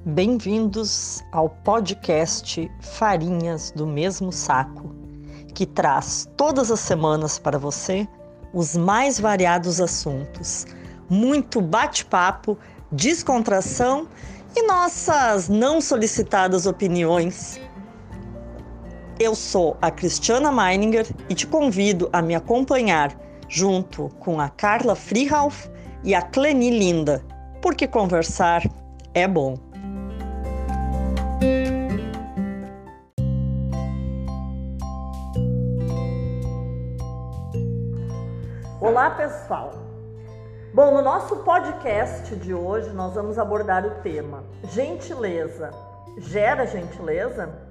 Bem-vindos ao podcast Farinhas do Mesmo Saco, que traz todas as semanas para você os mais variados assuntos, muito bate-papo, descontração e nossas não solicitadas opiniões. Eu sou a Cristiana Meininger e te convido a me acompanhar junto com a Carla Frihauf e a Cleni Linda, porque conversar é bom. Olá, pessoal! Bom, no nosso podcast de hoje nós vamos abordar o tema gentileza. Gera gentileza?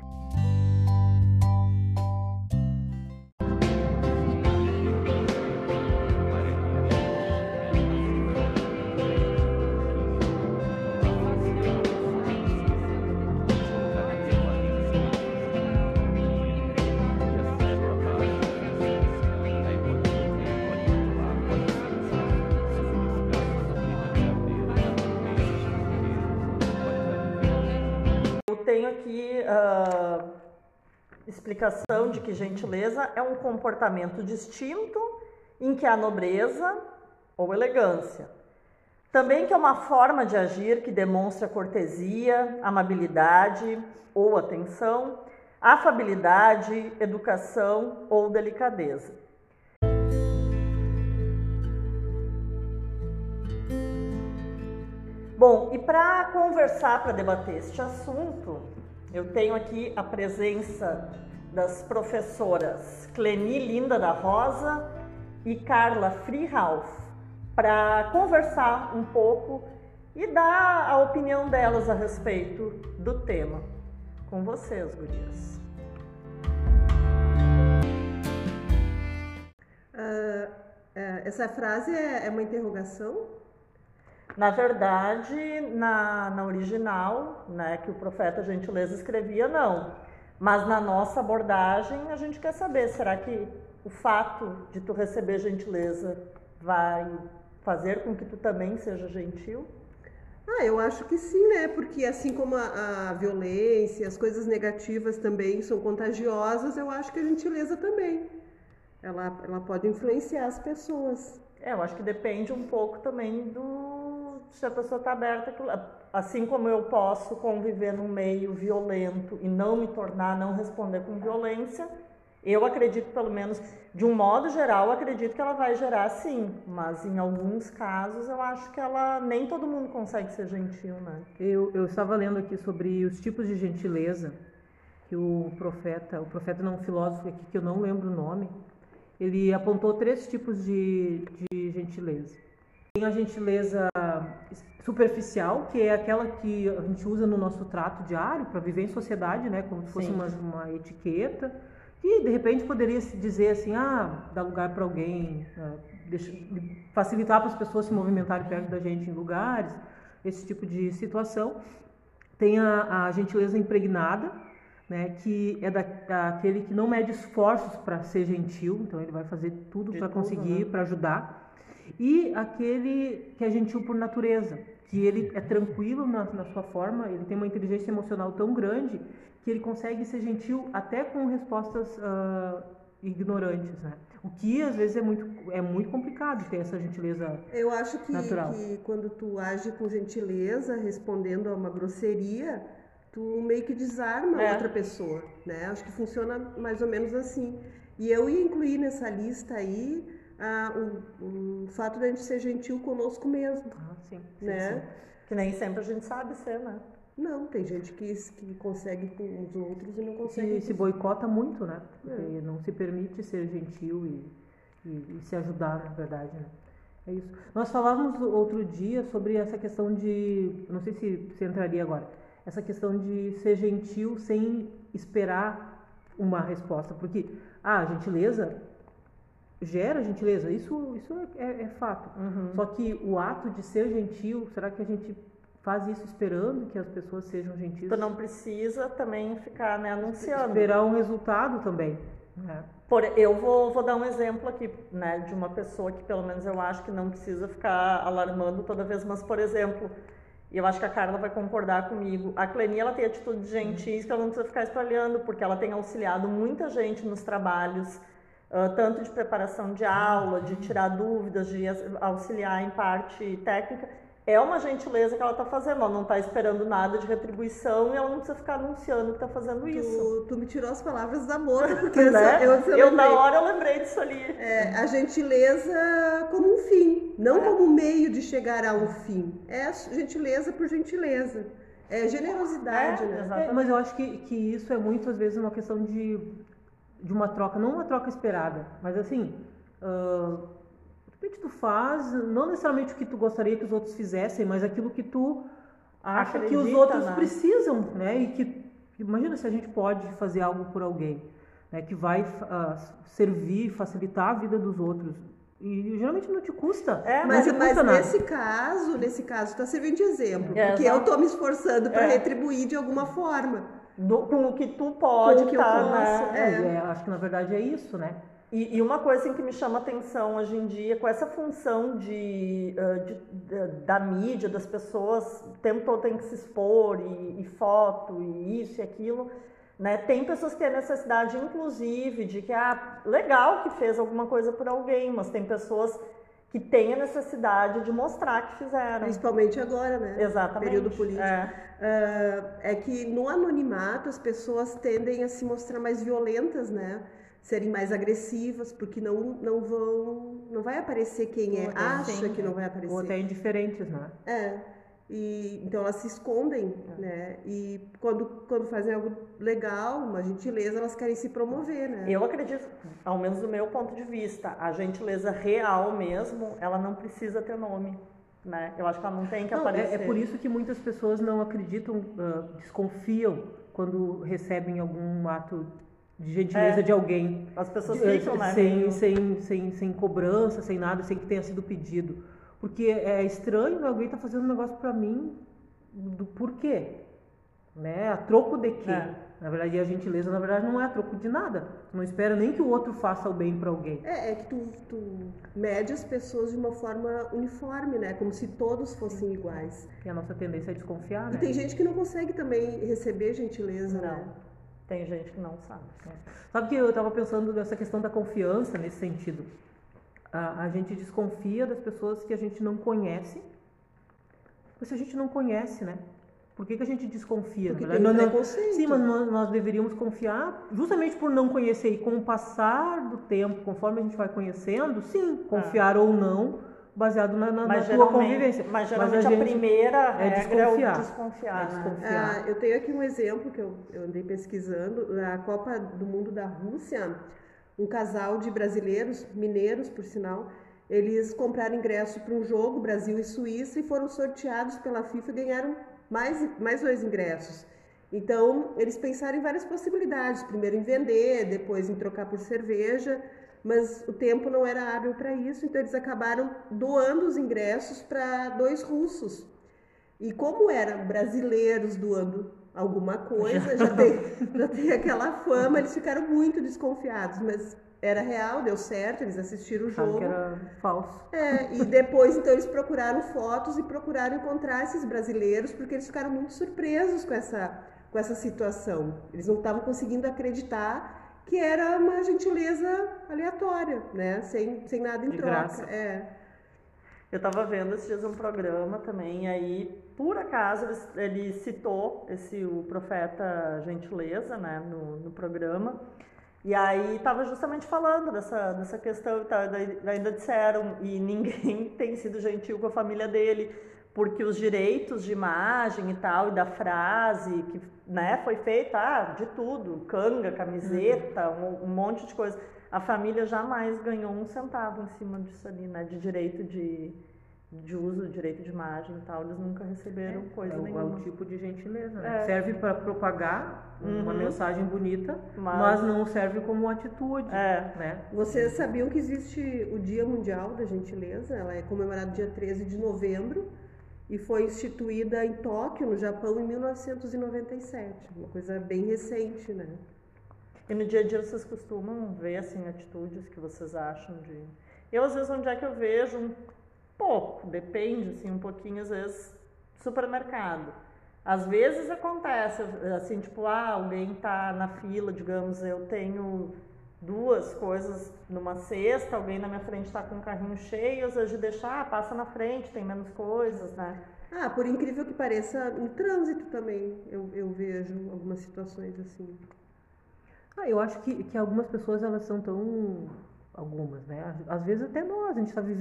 Tenho aqui explicação de que gentileza é um comportamento distinto em que há nobreza ou elegância. Também que é uma forma de agir que demonstra cortesia, amabilidade ou atenção, afabilidade, educação ou delicadeza. Bom, e para conversar, para debater este assunto, eu tenho aqui a presença das professoras Cleni Linda da Rosa e Carla Frihauf para conversar um pouco e dar a opinião delas a respeito do tema. Com vocês, gurias. Essa frase é uma interrogação? Na verdade, na original, né, que o profeta Gentileza escrevia, não. Mas na nossa abordagem, a gente quer saber, será que o fato de tu receber gentileza vai fazer com que tu também seja gentil? Eu acho que sim, né? Porque assim como a violência, as coisas negativas também são contagiosas, eu acho que a gentileza também. Ela pode influenciar as pessoas. Eu acho que depende um pouco também se a pessoa está aberta. Assim como eu posso conviver num meio violento e não me tornar, não responder com violência, eu acredito, pelo menos, de um modo geral, acredito que ela vai gerar sim, mas em alguns casos eu acho que nem todo mundo consegue ser gentil, né? Eu estava lendo aqui sobre os tipos de gentileza que o profeta não, um filósofo aqui que eu não lembro o nome, ele apontou 3 tipos de gentileza. Tem a gentileza superficial, que é aquela que a gente usa no nosso trato diário para viver em sociedade, né? Como se fosse uma etiqueta. E de repente poderia se dizer assim, dar lugar para alguém, facilitar para as pessoas se movimentarem perto da gente em lugares, esse tipo de situação. Tem a gentileza impregnada, né, que é daquele que não mede esforços para ser gentil, então ele vai fazer tudo para conseguir, para ajudar. E aquele que é gentil por natureza, que ele é tranquilo na sua forma, ele tem uma inteligência emocional tão grande que ele consegue ser gentil até com respostas ignorantes, né? O que às vezes é muito complicado ter essa gentileza natural. Eu acho que quando tu age com gentileza, respondendo a uma grosseria, tu meio que desarma outra pessoa, né? Acho que funciona mais ou menos assim. E eu ia incluir nessa lista aí o fato da gente ser gentil conosco mesmo. Sim, né? Sim. Que nem sempre a gente sabe ser, né? Não, tem gente que consegue com os outros e não consegue. Se boicota muito, né? Porque não se permite ser gentil e se ajudar, na verdade, né? É isso. Nós falávamos outro dia sobre essa questão de, não sei se você entraria agora, essa questão de ser gentil sem esperar uma resposta, porque a gentileza gera gentileza, isso é fato. Só que o ato de ser gentil, será que a gente faz isso esperando que as pessoas sejam gentis? Tu não precisa também ficar, né, anunciando. Esperar um resultado também. Eu vou dar um exemplo aqui, né, de uma pessoa que pelo menos eu acho que não precisa ficar alarmando toda vez, mas, por exemplo, E eu acho que a Carla vai concordar comigo. A Cleni, ela tem atitudes gentis que ela não precisa ficar espalhando, porque ela tem auxiliado muita gente nos trabalhos, tanto de preparação de aula, de tirar dúvidas, de auxiliar em parte técnica. É uma gentileza que ela está fazendo, ela não está esperando nada de retribuição e ela não precisa ficar anunciando que está fazendo isso. Tu me tirou as palavras da boca, porque né? eu na hora eu lembrei disso ali. A gentileza como um fim, não como um meio de chegar a um fim. É gentileza por gentileza. É generosidade, né? Mas eu acho que isso é muitas vezes uma questão de uma troca, não uma troca esperada, mas assim... de repente tu faz, não necessariamente o que tu gostaria que os outros fizessem, mas aquilo que tu acha que os outros precisam, né? E que, imagina se a gente pode fazer algo por alguém, né? Que vai servir, facilitar a vida dos outros. E geralmente não te custa. Mas nesse caso, tá servindo de exemplo. Porque eu tô me esforçando para retribuir de alguma forma. Com o que tu pode, com o que eu posso. Acho que na verdade é isso, né? E uma coisa assim, que me chama atenção hoje em dia, com essa função da mídia, das pessoas, o tempo todo tem que se expor, e foto, e isso e aquilo, né? Tem pessoas que têm necessidade, inclusive, de que, legal que fez alguma coisa por alguém, mas tem pessoas que têm a necessidade de mostrar que fizeram. Principalmente agora, né? Exatamente. Período político. É que no anonimato as pessoas tendem a se mostrar mais violentas, né? Serem mais agressivas, porque não vai aparecer quem acha que não vai aparecer. Ou até indiferentes, né? Então elas se escondem, né? E quando fazem algo legal, uma gentileza, elas querem se promover, né? Eu acredito, ao menos do meu ponto de vista, a gentileza real mesmo, ela não precisa ter nome, né? Eu acho que ela não tem que aparecer. É por isso que muitas pessoas não acreditam, desconfiam quando recebem algum ato de gentileza de alguém. As pessoas ficam, né? Sem cobrança, sem nada, sem que tenha sido pedido. Porque é estranho, né? Alguém tá fazendo um negócio pra mim do porquê, né? A troco de quê? Na verdade, a gentileza, na verdade, não é a troco de nada. Tu não espera nem que o outro faça o bem pra alguém. É que tu mede as pessoas de uma forma uniforme, né? Como se todos fossem iguais. E a nossa tendência é desconfiar, né? E tem gente que não consegue também receber gentileza, né? Tem gente que não sabe. Sabe que eu estava pensando nessa questão da confiança nesse sentido. A gente desconfia das pessoas que a gente não conhece. Mas se a gente não conhece, né? Por que a gente desconfia? Porque tem preconceito. Sim, mas nós deveríamos confiar justamente por não conhecer. E com o passar do tempo, conforme a gente vai conhecendo, sim, confiar ou não, baseado na tua convivência. Mas geralmente a primeira regra é desconfiar. Eu tenho aqui um exemplo que eu andei pesquisando. Na Copa do Mundo da Rússia, um casal de brasileiros, mineiros por sinal, eles compraram ingresso para um jogo, Brasil e Suíça, e foram sorteados pela FIFA e ganharam mais 2 ingressos. Então, eles pensaram em várias possibilidades. Primeiro em vender, depois em trocar por cerveja, mas o tempo não era hábil para isso, então eles acabaram doando os ingressos para 2 russos. E como eram brasileiros doando alguma coisa, já tem aquela fama, eles ficaram muito desconfiados, mas era real, deu certo, eles assistiram o jogo. Que era falso. E depois, então, eles procuraram fotos e procuraram encontrar esses brasileiros, porque eles ficaram muito surpresos com essa situação. Eles não estavam conseguindo acreditar que era uma gentileza aleatória, né? Sem nada em troca. Graça. Eu estava vendo esses dias um programa também, e aí, por acaso, ele citou o profeta Gentileza, né, no programa, e aí estava justamente falando dessa questão, ainda disseram, e ninguém tem sido gentil com a família dele, porque os direitos de imagem e tal, e da frase, que, né, foi feita, de tudo, canga, camiseta, um monte de coisa. A família jamais ganhou 1 centavo em cima disso ali, né, de direito de uso, direito de imagem e tal, eles nunca receberam coisa nenhuma. É o tipo de gentileza, né? Serve para propagar uma mensagem bonita, mas não serve como atitude, né? Vocês sabiam que existe o Dia Mundial da Gentileza? Ela é comemorada dia 13 de novembro e foi instituída em Tóquio, no Japão, em 1997. Uma coisa bem recente, né? E no dia a dia vocês costumam ver, assim, atitudes que vocês acham de... Eu, às vezes, onde é que eu vejo pouco, depende, assim, um pouquinho, às vezes, supermercado. Às vezes acontece, assim, tipo, alguém tá na fila, digamos, eu tenho 2 coisas numa cesta, alguém na minha frente tá com um carrinho cheio, às vezes de deixar, passa na frente, tem menos coisas, né? Por incrível que pareça, no trânsito também eu vejo algumas situações assim. Eu acho que algumas pessoas, elas são tão... Algumas, né? Às vezes até nós, a gente tá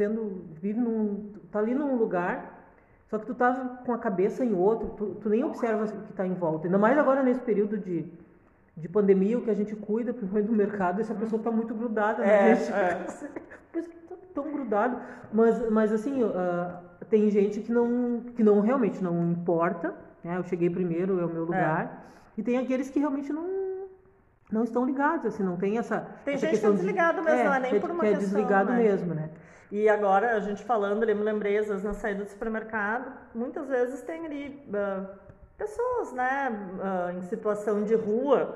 tá ali num lugar, só que tu tá com a cabeça em outro, tu nem observa o que tá em volta. Ainda mais agora nesse período de pandemia, o que a gente cuida, primeiro do mercado, essa pessoa tá muito grudada, né? Pois que tá tão grudado. Mas assim, tem gente que não realmente não importa, né? Eu cheguei primeiro, é o meu lugar. E tem aqueles que realmente não estão ligados, assim, não tem essa... Tem essa gente que é desligado mesmo, não é nem por uma questão, é desligado mesmo, né? E agora, a gente falando, eu me lembrei, às vezes, na saída do supermercado, muitas vezes tem ali pessoas, né, em situação de rua.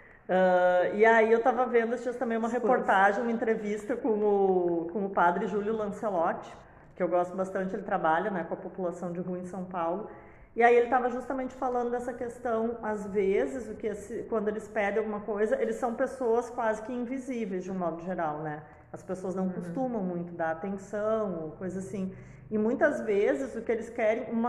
E aí eu estava vendo esses dias também uma reportagem, uma entrevista com o padre Júlio Lancelotti, que eu gosto bastante, ele trabalha, né, com a população de rua em São Paulo. E aí ele estava justamente falando dessa questão, às vezes, quando eles pedem alguma coisa, eles são pessoas quase que invisíveis, de um modo geral, né? As pessoas não costumam muito dar atenção, ou coisa assim. E muitas vezes o que eles querem, tu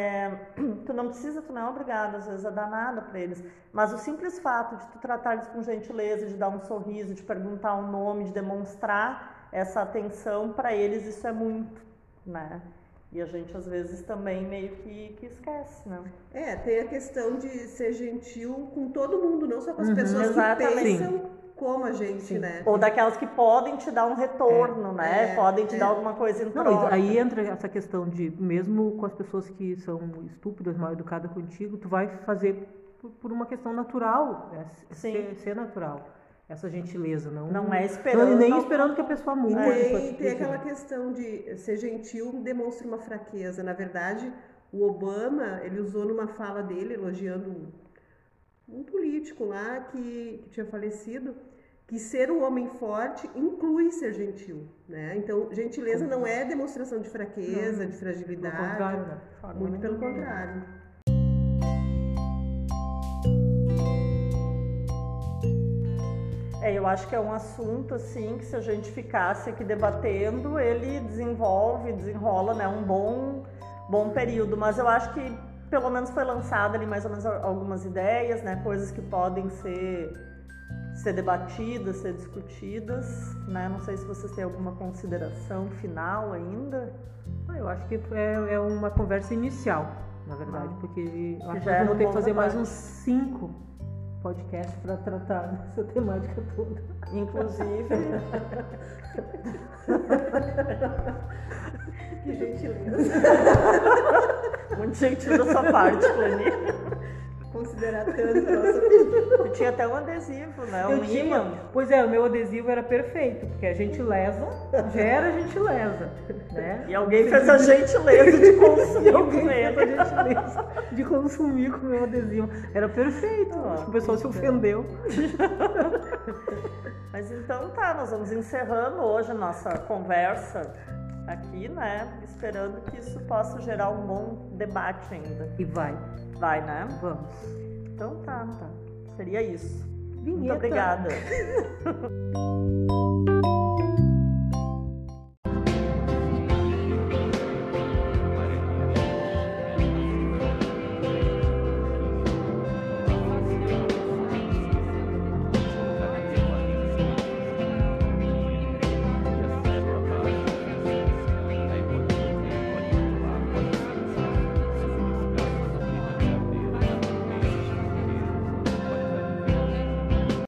não é obrigado, às vezes, a dar nada para eles. Mas o simples fato de tu tratar eles com gentileza, de dar um sorriso, de perguntar o nome, de demonstrar essa atenção, para eles isso é muito, né? E a gente, às vezes, também meio que esquece, né? Tem a questão de ser gentil com todo mundo, não só com as pessoas exatamente. Que pensam como a gente, né? Ou daquelas que podem te dar um retorno, né? Podem te dar alguma coisa em troca. Não, aí entra essa questão de, mesmo com as pessoas que são estúpidas, mal educadas contigo, tu vai fazer por uma questão natural, ser natural. Essa gentileza, não é esperando. Nem esperando que a pessoa mude. Tem aquela questão de ser gentil demonstra uma fraqueza. Na verdade, o Obama, ele usou numa fala dele, elogiando um político lá que tinha falecido, que ser um homem forte inclui ser gentil, né? Então, gentileza não é demonstração de fraqueza, de fragilidade. Pelo contrário, né? Muito pelo contrário. Eu acho que é um assunto, assim, que se a gente ficasse aqui debatendo, ele desenrola, né, um bom período. Mas eu acho que, pelo menos, foi lançada ali mais ou menos algumas ideias, né, coisas que podem ser debatidas, ser discutidas, né? Não sei se vocês têm alguma consideração final ainda. Eu acho que é uma conversa inicial, na verdade, porque eu acho que eu vou ter que fazer mais uns 5 podcast para tratar dessa temática toda. Inclusive. Que gentileza. Muito gentil da sua parte, Clani. Considerar tanto a nossa opinião. E tinha até um adesivo, né? Um imã. Pois é, o meu adesivo era perfeito, porque a gentileza já era gentileza, né? E alguém fez a gentileza de consumir com ele. De consumir com o meu adesivo. Era perfeito. Acho que o pessoal se ofendeu. Mas então tá, nós vamos encerrando hoje a nossa conversa aqui, né? Esperando que isso possa gerar um bom debate ainda. E vai. Vai, né? Vamos. Então tá. Seria isso. Vinheta. Muito obrigada.